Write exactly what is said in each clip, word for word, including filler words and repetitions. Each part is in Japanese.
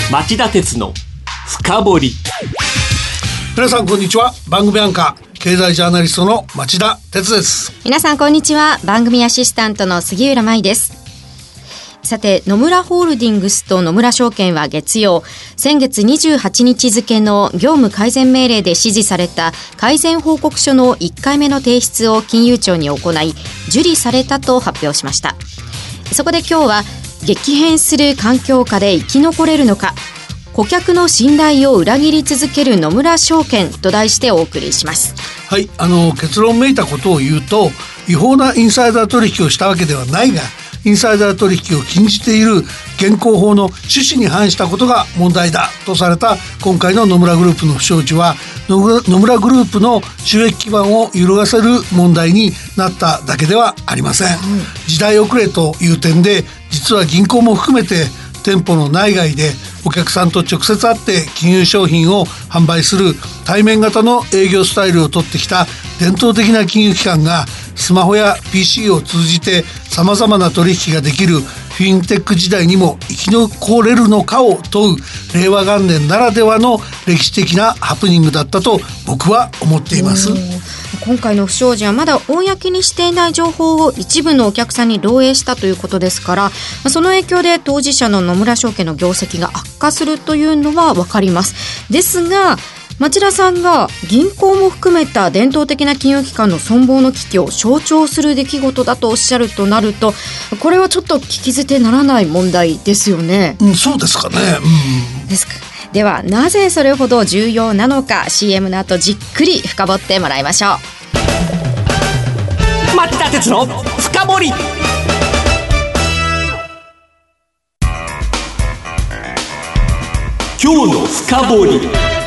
町田鉄の深掘り。 皆さんこんにちは。番組アンカー経済ジャーナリストの町田鉄です。 皆さんこんにちは。番組アシスタントの杉浦舞です。さて、野村ホールディングスと野村証券は月曜、先月にじゅうはちにち付の業務改善命令で指示された改善報告書のいっかいめの提出を金融庁に行い、受理されたと発表しました。そこで今日は、激変する環境下で生き残れるのか、顧客の信頼を裏切り続ける野村証券と題してお送りします。 はい、あの結論めいたことを言うと、違法なインサイダー取引をしたわけではないが、インサイダー取引を禁じている現行法の趣旨に反したことが問題だとされた今回の野村グループの不祥事は、野村グループの収益基盤を揺るがせる問題になっただけではありません、うん、時代遅れという点で、実は銀行も含めて店舗の内外でお客さんと直接会って金融商品を販売する対面型の営業スタイルを取ってきた伝統的な金融機関が、スマホや ピーシー を通じてさまざまな取引ができるフィンテック時代にも生き残れるのかを問う令和元年ならではの歴史的なハプニングだったと僕は思っています。 今回の不祥事はまだ公にしていない情報を一部のお客さんに漏洩したということですから、その影響で当事者の野村証券の業績が悪化するというのは分かります。ですが、町田さんが銀行も含めた伝統的な金融機関の存亡の危機を象徴する出来事だとおっしゃるとなると、これはちょっと聞き捨てならない問題ですよね、 うん、そうですかね、うん、 ですか。ではなぜそれほど重要なのか、 シーエム の後じっくり深掘ってもらいましょう。町田鉄の深掘り。今日の深掘り。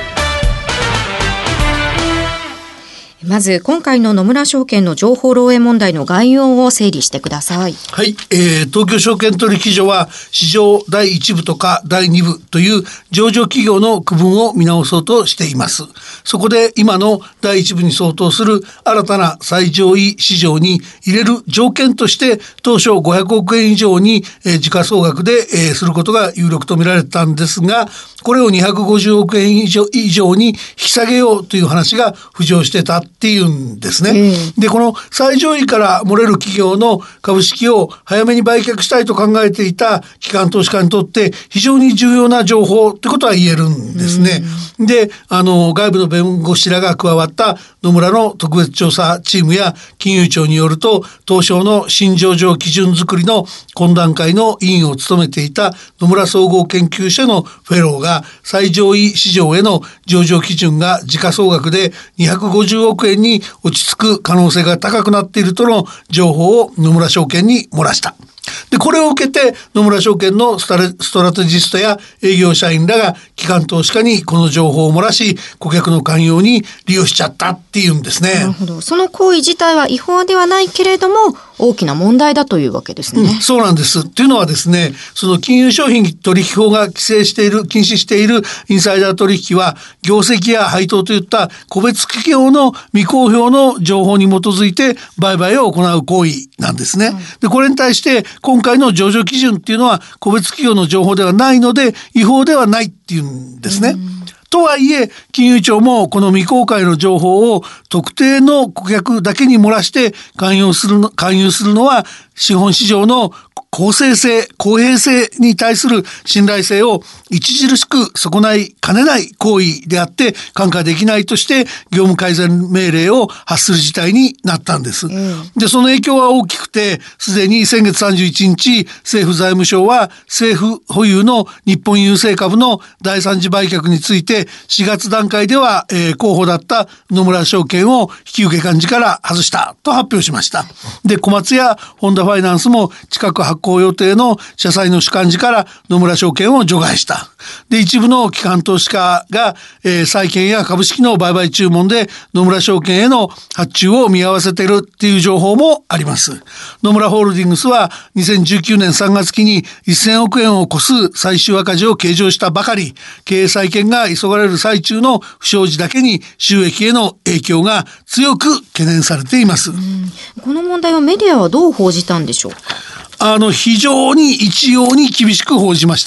まず今回の野村証券の情報漏洩問題の概要を整理してください。 はい、えー、東京証券取引所は市場だいいち部とかだいに部という上場企業の区分を見直そうとしています。そこで今のだいいち部に相当する新たな最上位市場に入れる条件として、当初ごひゃくおくえん以上に、えー、時価総額で、えー、することが有力と見られたんですが、これをにひゃくごじゅうおくえん以上、以上に引き下げようという話が浮上してたっていうんですね、えー、でこの最上位から漏れる企業の株式を早めに売却したいと考えていた機関投資家にとって非常に重要な情報ってことは言えるんですね。で、あの外部の弁護士らが加わった野村の特別調査チームや金融庁によると、東証の新上場基準作りの懇談会の委員を務めていた野村総合研究所のフェローが、最上位市場への上場基準が時価総額でにひゃくごじゅうおくえんに落ち着く可能性が高くなっているとの情報を野村証券に漏らした。でこれを受けて野村証券のスタレストラテジストや営業社員らが機関投資家にこの情報を漏らし、顧客の寛容に利用しちゃったっていうんですね。 なるほど。その行為自体は違法ではないけれども大きな問題だというわけですね、 うん、そうなんです。というのはですね、その金融商品取引法が規制している禁止しているインサイダー取引は、業績や配当といった個別企業の未公表の情報に基づいて売買を行う行為なんですね、うん、でこれに対して今回の上場基準っていうのは個別企業の情報ではないので違法ではないっていうんですね、うん。とはいえ金融庁もこの未公開の情報を特定の顧客だけに漏らして勧誘するの、勧誘するのは資本市場の公正性、公平性に対する信頼性を著しく損ないかねない行為であって看過できないとして業務改善命令を発する事態になったんです、うん、でその影響は大きくて、すでに先月さんじゅういちにち政府財務省は政府保有の日本郵政株の第三次売却についてしがつ段階では、えー、候補だった野村証券を引受幹事から外したと発表しました。で小松やホンダファイナンスも近く発行予定の社債の主幹事から野村証券を除外した。で一部の機関投資家が、えー、債券や株式の売買注文で野村証券への発注を見合わせているっていう情報もあります。野村ホールディングスはにせんじゅうきゅうねんさんがつ期にせんおくえんを超す最終赤字を計上したばかり、経営再建が急がれる最中の不祥事だけに収益への影響が強く懸念されています。 うん、この問題はメディアはどう報じたんでしょう。 あの非常に一様に厳しく報じました。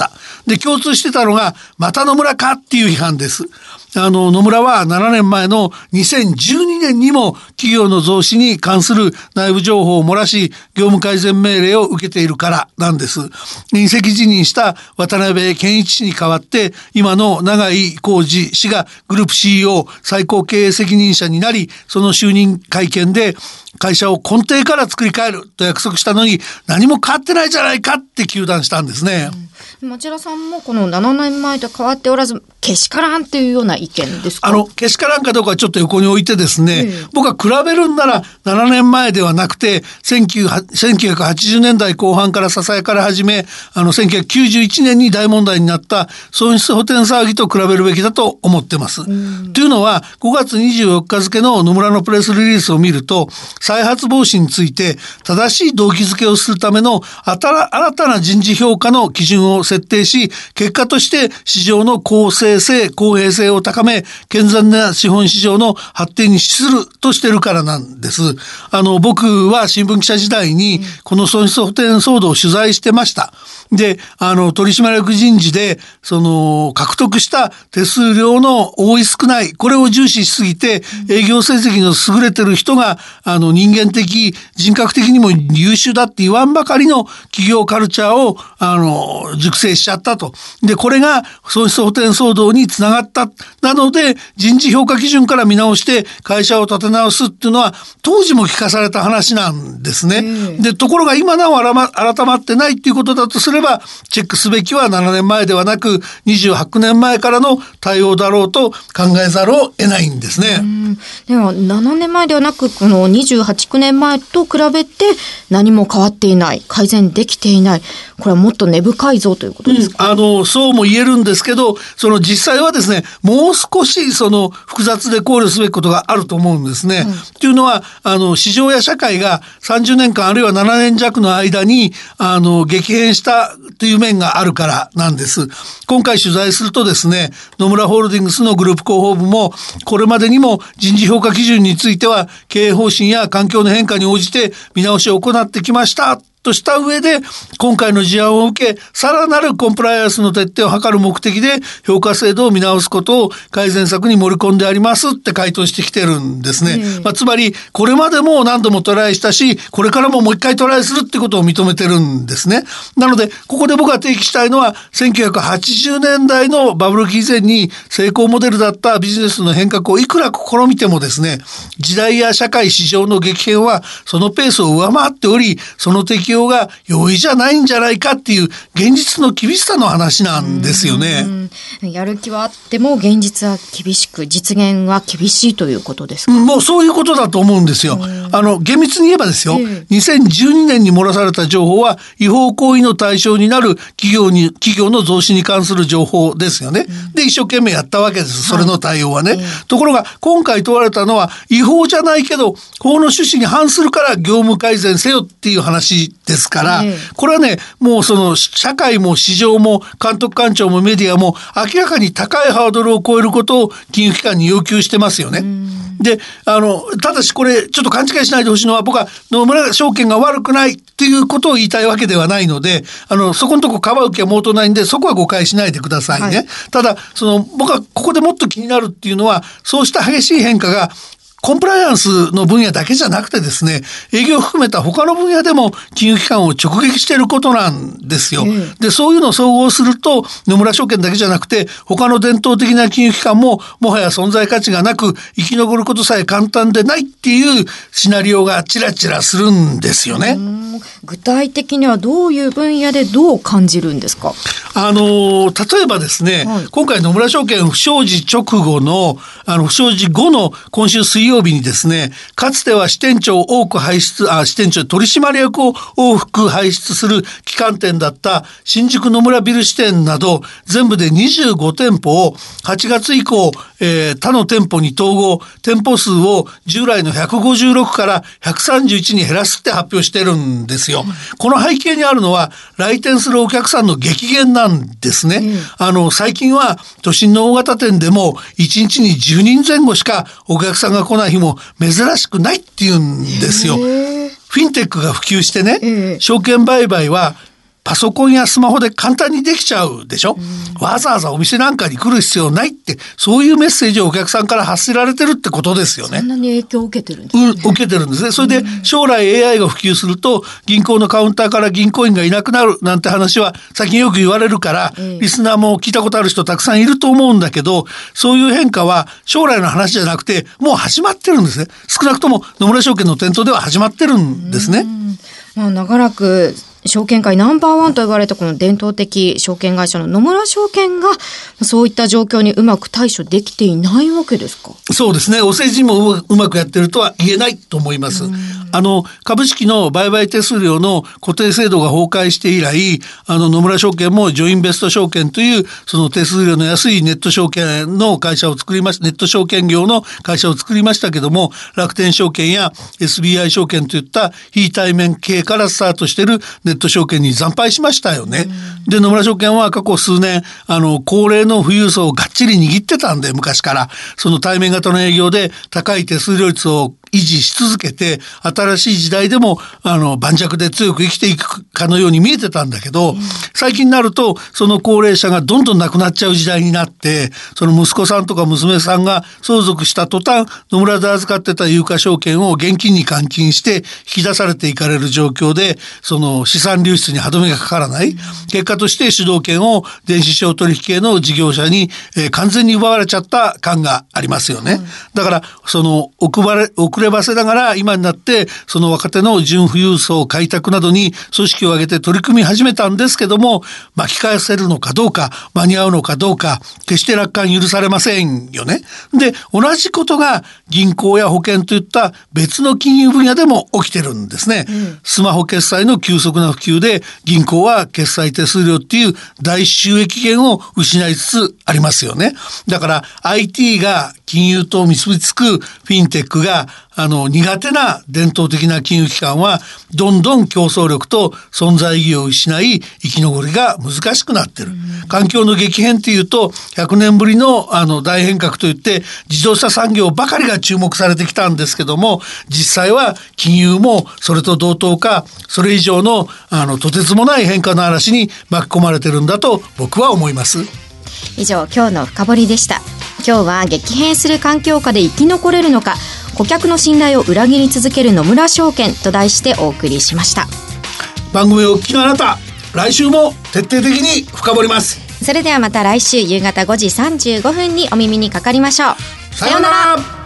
で共通してたのがまた野村かっていう批判です。あの野村はななねんまえのにせんじゅうにねんにも企業の増資に関する内部情報を漏らし業務改善命令を受けているからなんです。引責辞任した渡辺健一氏に代わって今の永井浩二氏がグループ シーイーオー 最高経営責任者になり、その就任会見で会社を根底から作り変えると約束したのに何も変わってないじゃないかって糾弾したんですね。 うん、町田さんもこのななねんまえと変わっておらずけしからんっていうような意見ですか？ あのけしからんかどうかはちょっと横に置いてですね、 うん、 僕は比べるんならななねんまえではなくてせんきゅうひゃくはちじゅうねんだいこう半からささやかれ始め、あのせんきゅうひゃくきゅうじゅういちねんに大問題になった損失補填騒ぎと比べるべきだと思ってます。うん、というのはごがつにじゅうよっか付の野村のプレスリリースを見ると、再発防止について正しい動機づけをするための新たな人事評価の基準を設定し、結果として市場の公正性公平性を高め健全な資本市場の発展に資するとしてるからなんです。あの僕は新聞記者時代にこの損失補填騒動を取材してました。で、あの取締役人事でその獲得した手数料の多い少ないこれを重視しすぎて、営業成績の優れてる人があの人間的人格的にも優秀だって言わんばかりの企業カルチャーをあの熟成しちゃったと。でこれが損失補填騒動につながった。なので人事評価基準から見直して会社を立て直すっていうのは当時も聞かされた話なんですね。でところが今なお改まってないっていうことだとすれば、チェックすべきはななねんまえではなくにじゅうはちねんまえからの対応だろうと考えざるを得ないんですね。 うん、でもななねんまえではなくこのにじゅうはち、きゅうねんまえと比べて何も変わっていない、改善できていない、これはもっと根深いぞということですか？ うん、あのそうも言えるんですけど、その実際はですねもう少しその複雑で考慮すべきことがあると思うんですね。うん、というのはあの市場や社会がさんじゅうねんかんあるいはななねんじゃくの間にあの激変したという面があるからなんです。今回取材するとですね、野村ホールディングスのグループ広報部もこれまでにも人事評価基準については経営方針や環境の変化に応じて見直しを行ってきましたとした上で、今回の事案を受けさらなるコンプライアンスの徹底を図る目的で評価制度を見直すことを改善策に盛り込んでありますって回答してきてるんですね。うん、まあ、つまりこれまでも何度もトライしたしこれからももう一回トライするってことを認めてるんですね。なのでここで僕が提起したいのはせんきゅうひゃくはちじゅうねんだいのバブル期以前に成功モデルだったビジネスの変革をいくら試みてもですね、時代や社会市場の激変はそのペースを上回っており、その適用が容易じゃないんじゃないかっていう現実の厳しさの話なんですよね。 うん、やる気はあっても現実は厳しく実現は厳しいということですか？ もうそういうことだと思うんですよ。あの厳密に言えばですよ、にせんじゅうにねんに漏らされた情報は違法行為の対象になる企業に企業の増資に関する情報ですよね。うん、で一生懸命やったわけです、それの対応はね。はい、ところが今回問われたのは違法じゃないけど法の趣旨に反するから業務改善せよっていう話ですから、これはねもうその社会も市場も監督官庁もメディアも明らかに高いハードルを超えることを金融機関に要求してますよね。であのただしこれちょっと勘違いしないでほしいのは、僕は野村証券が悪くないっていうことを言いたいわけではないので、あのそこのとこかばう気は毛頭ないんでそこは誤解しないでくださいね。はい、ただその僕はここでもっと気になるっていうのは、そうした激しい変化がコンプライアンスの分野だけじゃなくてですね、営業を含めた他の分野でも金融機関を直撃していることなんですよ。うん、でそういうのを総合すると野村証券だけじゃなくて他の伝統的な金融機関ももはや存在価値がなく生き残ることさえ簡単でないっていうシナリオがちらちらするんですよね。 具体的にはどういう分野でどう感じるんですか？ あの例えばですね、はい、今回野村証券不祥事直後のあの不祥事後の今週水曜日にですね、かつては支店長を多く輩出あ支店長取締役を多く輩出する旗艦店だった新宿野村ビル支店など全部でにじゅうごてんぽをはちがつ以降、えー、他の店舗に統合、店舗数を従来のひゃくごじゅうろくからひゃくさんじゅういちに減らすって発表してるんですよ。この背景にあるのは来店するお客さんの激減なんですね。うん、あの最近は都心の大型店でもいちにちにじゅうにんぜん後しかお客さんが来ない日も珍しくないっていうんですよ。フィンテックが普及してね、証券売買はパソコンやスマホで簡単にできちゃうでしょ、うん、わざわざお店なんかに来る必要ないって、そういうメッセージをお客さんから発せられてるってことですよね。 そんなに影響を受けてるんですね。 受けてるんですね。それで将来 エーアイ が普及すると銀行のカウンターから銀行員がいなくなるなんて話は最近よく言われるから、ええ、リスナーも聞いたことある人たくさんいると思うんだけど、そういう変化は将来の話じゃなくてもう始まってるんですね。少なくとも野村証券の店頭では始まってるんですね。 まあ、長らく証券界ナンバーワンと言われたこの伝統的証券会社の野村証券がそういった状況にうまく対処できていないわけですか。 そうですね。お世辞もうまくやってるとは言えないと思います。あの株式の売買手数料の固定制度が崩壊して以来、あの野村証券もジョインベスト証券というその手数料の安いネット証券の会社を作りました。ネット証券業の会社を作りましたけども、楽天証券や エスビーアイ 証券といった非対面系からスタートしているネット証券に惨敗しましたよね。で野村証券は過去数年あの高齢の富裕層をがっちり握ってたんで、昔からその対面型の営業で高い手数料率を維持し続けて、新しい時代でもあの盤石で強く生きていくかのように見えてたんだけど、うん、最近になるとその高齢者がどんどん亡くなっちゃう時代になって、その息子さんとか娘さんが相続した途端、野村で預かってた有価証券を現金に換金して引き出されていかれる状況で、その資産流出に歯止めがかからない、うん、結果として主導権を電子商取引系の事業者に、えー、完全に奪われちゃった感がありますよね。うん、だからその遅れ遅ればせながら今になってその若手の準富裕層開拓などに組織を挙げて取り組み始めたんですけども、巻き返せるのかどうか、間に合うのかどうか、決して楽観許されませんよね。で同じことが銀行や保険といった別の金融分野でも起きてるんですね。うん、スマホ決済の急速な普及で銀行は決済手数料っていう大収益源を失いつつありますよね。だから アイティー が金融と結びつくフィンテックがあの苦手な伝統的な金融機関はどんどん競争力と存在意義を失い、生き残りが難しくなってる。環境の激変っていうとひゃくねんぶりのあの大変革といって自動車産業ばかりが注目されてきたんですけども、実際は金融もそれと同等かそれ以上のあのとてつもない変化の嵐に巻き込まれてるんだと僕は思います。 以上今日の深掘りでした。今日は激変する環境下で生き残れるのか、顧客の信頼を裏切り続ける野村証券と題してお送りしました。 番組をお聞きのあなた、来週も徹底的に深掘ります。 それではまた来週夕方ごじさんじゅうごふんにお耳にかかりましょう。 さようなら。